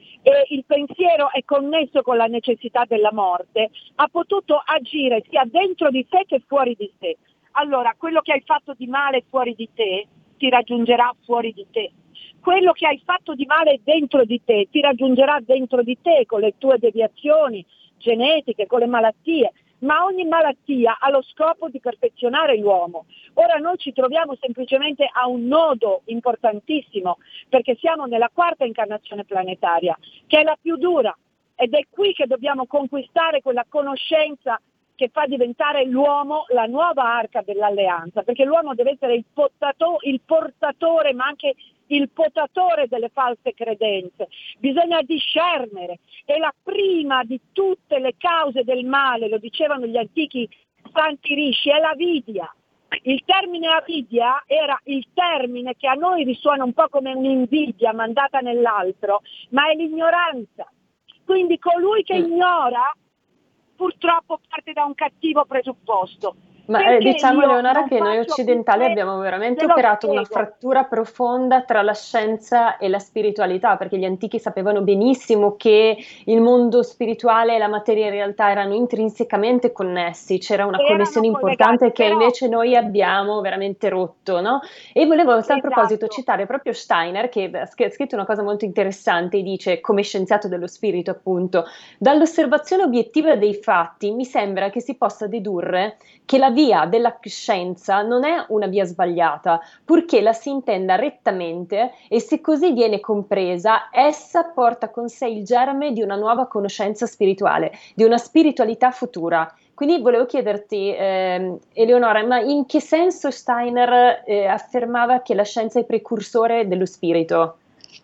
e il pensiero è connesso con la necessità della morte, ha potuto agire sia dentro di sé che fuori di sé. Allora, quello che hai fatto di male fuori di te ti raggiungerà fuori di te. Quello che hai fatto di male dentro di te ti raggiungerà dentro di te con le tue deviazioni genetiche, con le malattie, ma ogni malattia ha lo scopo di perfezionare l'uomo. Ora noi ci troviamo semplicemente a un nodo importantissimo, perché siamo nella quarta incarnazione planetaria, che è la più dura, ed è qui che dobbiamo conquistare quella conoscenza che fa diventare l'uomo la nuova arca dell'alleanza, perché l'uomo deve essere il, potato, il portatore ma anche il potatore delle false credenze. Bisogna discernere, e la prima di tutte le cause del male, lo dicevano gli antichi santi rishi, è l'avidia. Il termine avidia era il termine che a noi risuona un po' come un'invidia mandata nell'altro, ma è l'ignoranza. Quindi colui che ignora purtroppo parte da un cattivo presupposto. Ma eh, diciamo, Eleonora, che noi occidentali abbiamo veramente operato una frattura profonda tra la scienza e la spiritualità, perché gli antichi sapevano benissimo che il mondo spirituale e la materia in realtà erano intrinsecamente connessi, c'era una erano connessione importante che però... invece noi abbiamo veramente rotto, no? E volevo a tal esatto. proposito citare proprio Steiner, che ha scritto una cosa molto interessante, e dice, come scienziato dello spirito appunto, dall'osservazione obiettiva dei fatti mi sembra che si possa dedurre che la via della scienza non è una via sbagliata, purché la si intenda rettamente, e se così viene compresa, essa porta con sé il germe di una nuova conoscenza spirituale, di una spiritualità futura. Quindi volevo chiederti, eh, Eleonora, ma in che senso Steiner eh, affermava che la scienza è precursore dello spirito?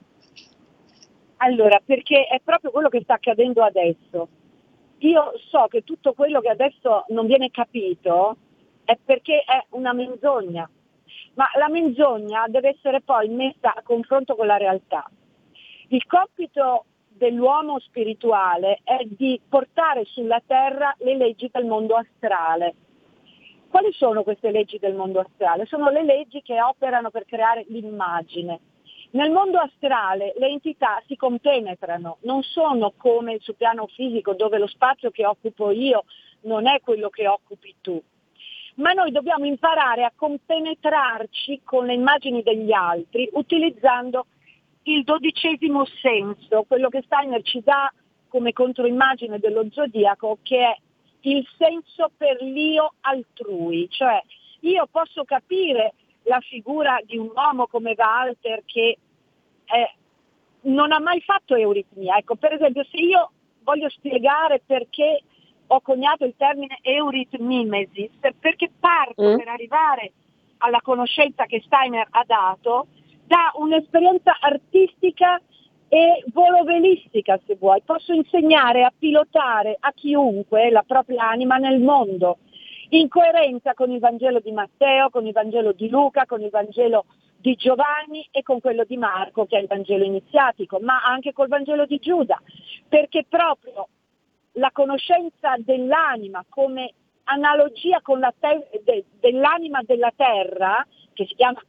Allora, perché è proprio quello che sta accadendo adesso. Io so che tutto quello che adesso non viene capito è perché è una menzogna, ma la menzogna deve essere poi messa a confronto con la realtà. Il compito dell'uomo spirituale è di portare sulla terra le leggi del mondo astrale. Quali sono queste leggi del mondo astrale? Sono le leggi che operano per creare l'immagine. Nel mondo astrale le entità si compenetrano, non sono come sul piano fisico, dove lo spazio che occupo io non è quello che occupi tu. Ma noi dobbiamo imparare a compenetrarci con le immagini degli altri utilizzando il dodicesimo senso, quello che Steiner ci dà come controimmagine dello zodiaco, che è il senso per l'io altrui, cioè io posso capire la figura di un uomo come Walter che eh, non ha mai fatto euritmia. Ecco, per esempio, se io voglio spiegare perché ho coniato il termine euritmimesis, perché parto mm. per arrivare alla conoscenza che Steiner ha dato da un'esperienza artistica e volovelistica, se vuoi. Posso insegnare a pilotare a chiunque la propria anima nel mondo, in coerenza con il Vangelo di Matteo, con il Vangelo di Luca, con il Vangelo di Giovanni e con quello di Marco, che è il Vangelo iniziatico, ma anche col Vangelo di Giuda, perché proprio la conoscenza dell'anima come analogia con la te- de- dell'anima della terra, che si chiama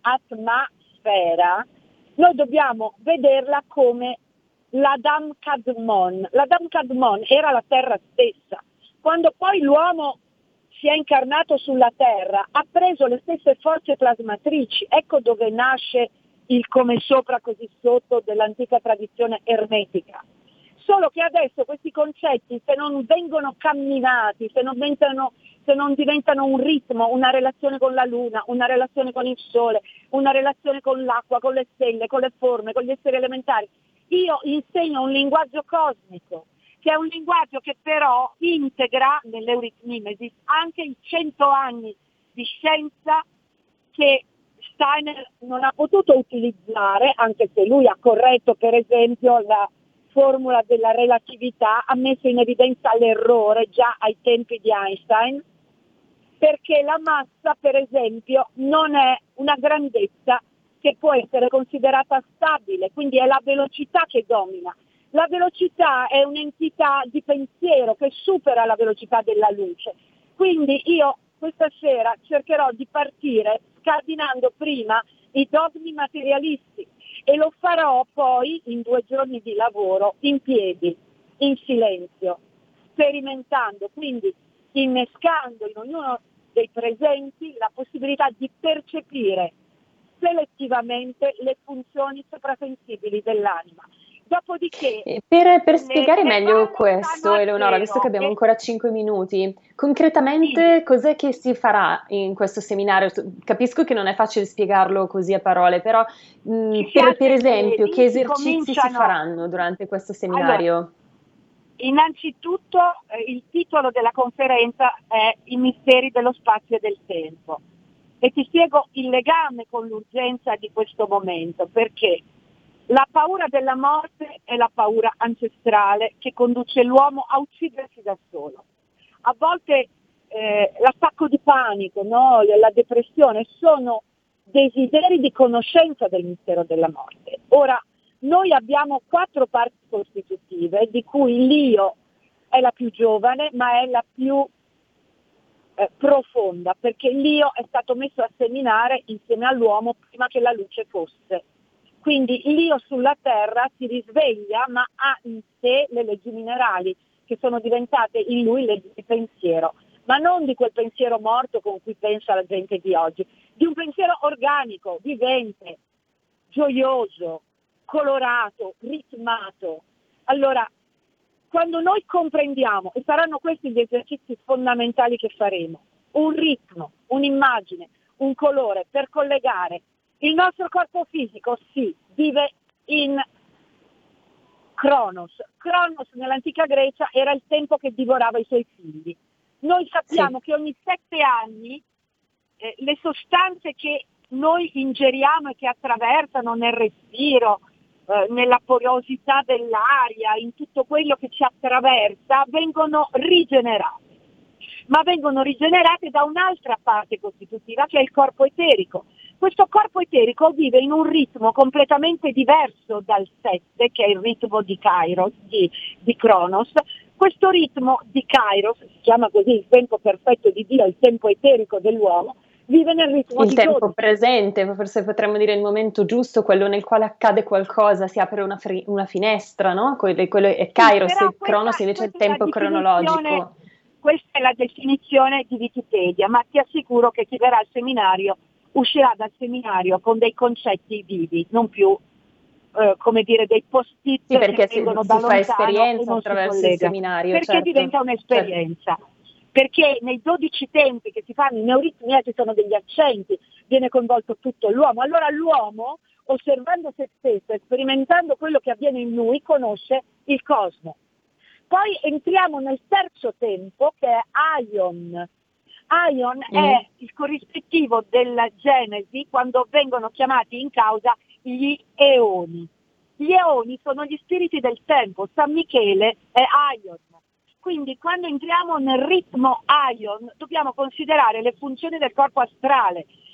atmosfera, noi dobbiamo vederla come l'Adam Kadmon. L'Adam Kadmon era la terra stessa. Quando poi l'uomo si è incarnato sulla terra, ha preso le stesse forze plasmatrici. Ecco dove nasce il come sopra così sotto dell'antica tradizione ermetica. Solo che adesso questi concetti, se non vengono camminati, se non diventano, se non diventano un ritmo, una relazione con la luna, una relazione con il sole, una relazione con l'acqua, con le stelle, con le forme, con gli esseri elementari, io insegno un linguaggio cosmico, che è un linguaggio che però integra nell'Euritmimesis anche i cento anni di scienza che Steiner non ha potuto utilizzare, anche se lui ha corretto per esempio la formula della relatività, ha messo in evidenza l'errore già ai tempi di Einstein, perché la massa per esempio non è una grandezza che può essere considerata stabile, quindi è la velocità che domina. La velocità è un'entità di pensiero che supera la velocità della luce. Quindi io questa sera cercherò di partire scardinando prima i dogmi materialisti e lo farò poi in due giorni di lavoro in piedi, in silenzio, sperimentando, quindi innescando in ognuno dei presenti la possibilità di percepire selettivamente le funzioni soprasensibili dell'anima. Dopodiché, per, per le, spiegare le meglio questo, Eleonora, visto che abbiamo e... ancora cinque minuti, concretamente sì. Cos'è che si farà in questo seminario? Capisco che non è facile spiegarlo così a parole, però mh, per, per esempio, che esercizi cominciano... si faranno durante questo seminario? Allora, innanzitutto eh, il titolo della conferenza è I misteri dello spazio e del tempo, e ti spiego il legame con l'urgenza di questo momento, perché la paura della morte è la paura ancestrale che conduce l'uomo a uccidersi da solo. A volte eh, l'attacco di panico, no? La depressione sono desideri di conoscenza del mistero della morte. Ora, noi abbiamo quattro parti costitutive, di cui l'io è la più giovane, ma è la più eh, profonda, perché l'io è stato messo a seminare insieme all'uomo prima che la luce fosse. Quindi l'io sulla terra si risveglia, ma ha in sé le leggi minerali, che sono diventate in lui leggi di pensiero, ma non di quel pensiero morto con cui pensa la gente di oggi, di un pensiero organico, vivente, gioioso, colorato, ritmato. Allora, quando noi comprendiamo, e saranno questi gli esercizi fondamentali che faremo, un ritmo, un'immagine, un colore per collegare il nostro corpo fisico, sì, vive in Cronos. Cronos nell'antica Grecia era il tempo che divorava i suoi figli. Noi sappiamo sì. che ogni sette anni eh, le sostanze che noi ingeriamo e che attraversano nel respiro, eh, nella porosità dell'aria, in tutto quello che ci attraversa, vengono rigenerate. Ma vengono rigenerate da un'altra parte costitutiva che è il corpo eterico. Questo corpo eterico vive in un ritmo completamente diverso dal sette, che è il ritmo di Kairos, di, di Cronos. Questo ritmo di Kairos, si chiama così il tempo perfetto di Dio, il tempo eterico dell'uomo, vive nel ritmo il di tempo dodici. Presente, forse potremmo dire il momento giusto, quello nel quale accade qualcosa, si apre una, fri- una finestra, no? Quello, quello è Kairos, sì, e Cronos invece è il tempo cronologico. Questa è la definizione di Wikipedia, ma ti assicuro che chi verrà al seminario uscirà dal seminario con dei concetti vivi, non più eh, come dire dei post-it sì, perché che vengono si, da si fa esperienza attraverso il seminario, perché certo, diventa un'esperienza, certo. Perché nei dodici tempi che si fanno in euritmia ci sono degli accenti, viene coinvolto tutto l'uomo, allora l'uomo, osservando se stesso, sperimentando quello che avviene in lui, conosce il cosmo. Poi entriamo nel terzo tempo, che è Aion. Aion mm. è il corrispettivo della Genesi, quando vengono chiamati in causa gli eoni. Gli eoni sono gli spiriti del tempo, San Michele è Aion. Quindi quando entriamo nel ritmo Aion dobbiamo considerare le funzioni del corpo astrale,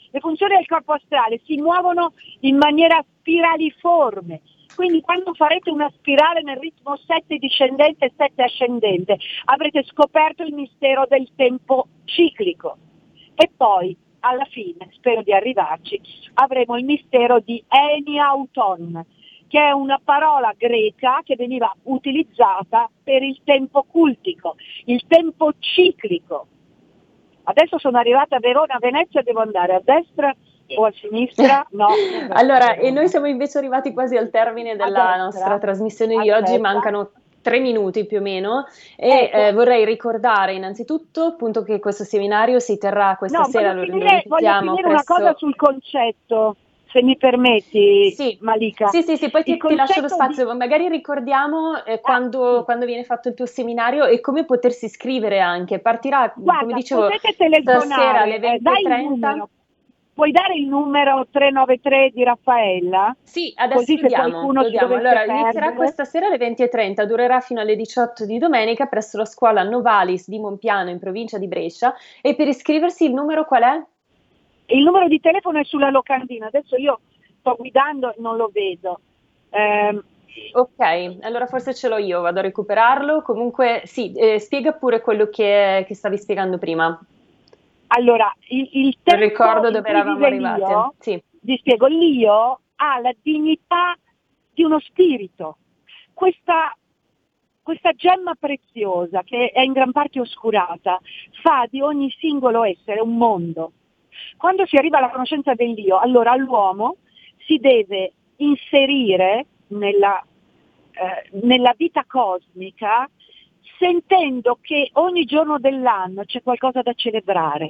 Le funzioni del corpo astrale si muovono in maniera spiraliforme. Quindi quando farete una spirale nel ritmo sette discendente e sette ascendente avrete scoperto il mistero del tempo ciclico. E poi, alla fine, spero di arrivarci, avremo il mistero di Eniauton, che è una parola greca che veniva utilizzata per il tempo cultico, il tempo ciclico. Adesso sono arrivata a Verona, Venezia, devo andare a destra o a sinistra? No. Allora, e noi siamo invece arrivati quasi al termine della nostra trasmissione di oggi, mancano tre minuti più o meno e ecco. eh, vorrei ricordare innanzitutto appunto che questo seminario si terrà questa no, sera, voglio lo finire, voglio finire presso... una cosa sul concetto, se mi permetti, sì. Malika. Sì, sì, sì, poi ti, ti lascio lo spazio, di... magari ricordiamo eh, quando, ah, sì. quando viene fatto il tuo seminario e come potersi iscrivere anche. Partirà, Guarda, come dicevo, stasera alle venti e trenta. Puoi dare il numero tre nove tre di Raffaella? Sì, adesso così lo se diamo, qualcuno lo diamo. Allora, perdere. Inizierà questa sera alle venti e trenta, durerà fino alle diciotto di domenica presso la scuola Novalis di Monpiano in provincia di Brescia. E per iscriversi il numero qual è? Il numero di telefono è sulla locandina, adesso io sto guidando e non lo vedo. Eh, ok, allora forse ce l'ho io, vado a recuperarlo. Comunque sì, eh, spiega pure quello che, che stavi spiegando prima. Allora, il, il tempo non ricordo dove eravamo arrivati. L'io, sì. Vi spiego, l'io ha la dignità di uno spirito. Questa, questa gemma preziosa, che è in gran parte oscurata, fa di ogni singolo essere un mondo. Quando si arriva alla conoscenza dell'io, allora l'uomo si deve inserire nella, eh, nella vita cosmica sentendo che ogni giorno dell'anno c'è qualcosa da celebrare.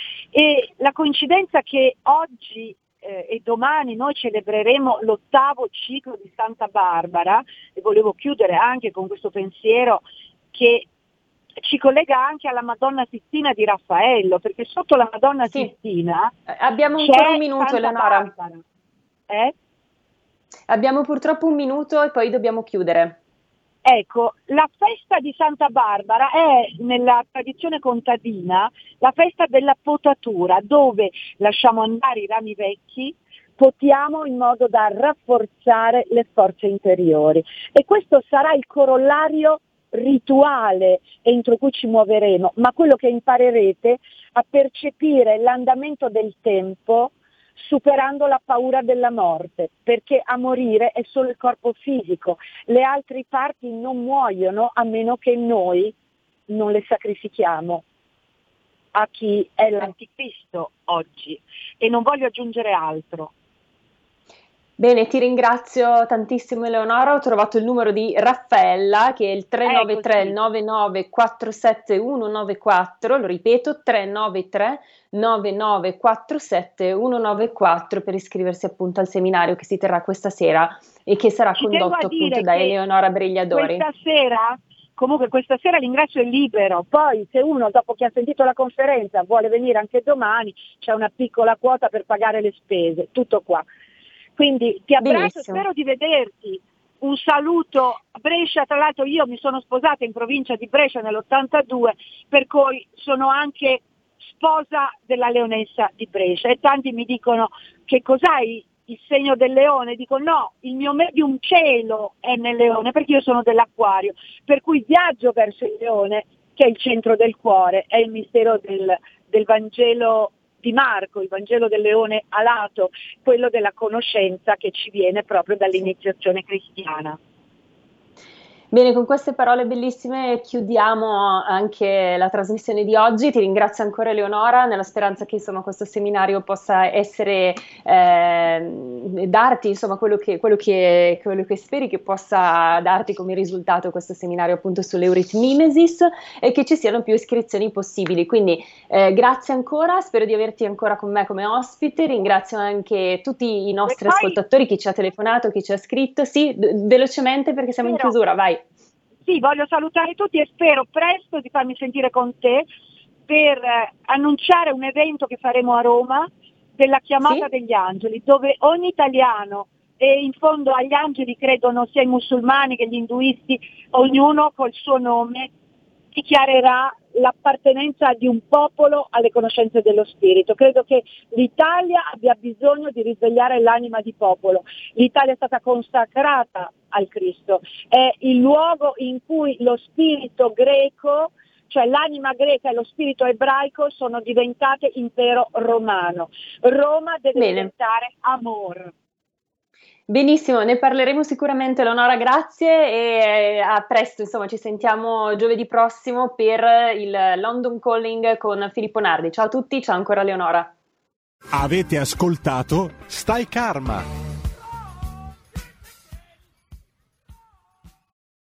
E la coincidenza che oggi eh, e domani noi celebreremo l'ottavo ciclo di Santa Barbara, e volevo chiudere anche con questo pensiero che ci collega anche alla Madonna Sistina di Raffaello, perché sotto la Madonna sì. Sistina abbiamo ancora un minuto, Santa Eleonora. Barbara. Eh? Abbiamo purtroppo un minuto e poi dobbiamo chiudere. Ecco, la festa di Santa Barbara è nella tradizione contadina la festa della potatura, dove lasciamo andare i rami vecchi, potiamo in modo da rafforzare le forze interiori. E questo sarà il corollario rituale entro cui ci muoveremo, ma quello che imparerete a percepire l'andamento del tempo superando la paura della morte, perché a morire è solo il corpo fisico, le altre parti non muoiono a meno che noi non le sacrifichiamo a chi è l'anticristo oggi, e non voglio aggiungere altro. Bene, ti ringrazio tantissimo Eleonora, ho trovato il numero di Raffaella che è il tre nove tre nove nove quattro sette uno nove quattro, lo ripeto tre nove tre nove nove quattro sette uno nove quattro per iscriversi appunto al seminario che si terrà questa sera e che sarà Ci condotto appunto da Eleonora Brigliadori. Questa sera, comunque questa sera l'ingresso è libero, poi se uno dopo che ha sentito la conferenza vuole venire anche domani c'è una piccola quota per pagare le spese, tutto qua. Quindi ti abbraccio, benissimo. Spero di vederti. Un saluto a Brescia, tra l'altro io mi sono sposata in provincia di Brescia nell'ottantadue, per cui sono anche sposa della leonessa di Brescia e tanti mi dicono che cos'hai il segno del leone, dico no, il mio medium cielo è nel leone perché io sono dell'acquario, per cui viaggio verso il leone che è il centro del cuore, è il mistero del, del Vangelo di Marco, il Vangelo del leone alato, quello della conoscenza che ci viene proprio dall'iniziazione cristiana. Bene, con queste parole bellissime chiudiamo anche la trasmissione di oggi. Ti ringrazio ancora Eleonora, nella speranza che insomma questo seminario possa essere eh, darti insomma quello che, quello, che, quello che speri che possa darti come risultato questo seminario appunto sull'euritmimesis e che ci siano più iscrizioni possibili. Quindi eh, grazie ancora, spero di averti ancora con me come ospite. Ringrazio anche tutti i nostri poi, ascoltatori, chi ci ha telefonato, chi ci ha scritto. Sì, d- velocemente perché siamo spero. in chiusura, vai. Sì, voglio salutare tutti e spero presto di farmi sentire con te per eh, annunciare un evento che faremo a Roma della chiamata sì? degli angeli, dove ogni italiano, e in fondo agli angeli credono sia i musulmani che gli induisti, ognuno col suo nome dichiarerà l'appartenenza di un popolo alle conoscenze dello spirito. Credo che l'Italia abbia bisogno di risvegliare l'anima di popolo. L'Italia è stata consacrata al Cristo, è il luogo in cui lo spirito greco, cioè l'anima greca e lo spirito ebraico, sono diventate impero romano. Roma deve Bene. diventare amor. Benissimo, ne parleremo sicuramente, Eleonora, grazie, e a presto, insomma, ci sentiamo giovedì prossimo per il London Calling con Filippo Nardi. Ciao a tutti, ciao ancora Eleonora. Avete ascoltato Stai Karma.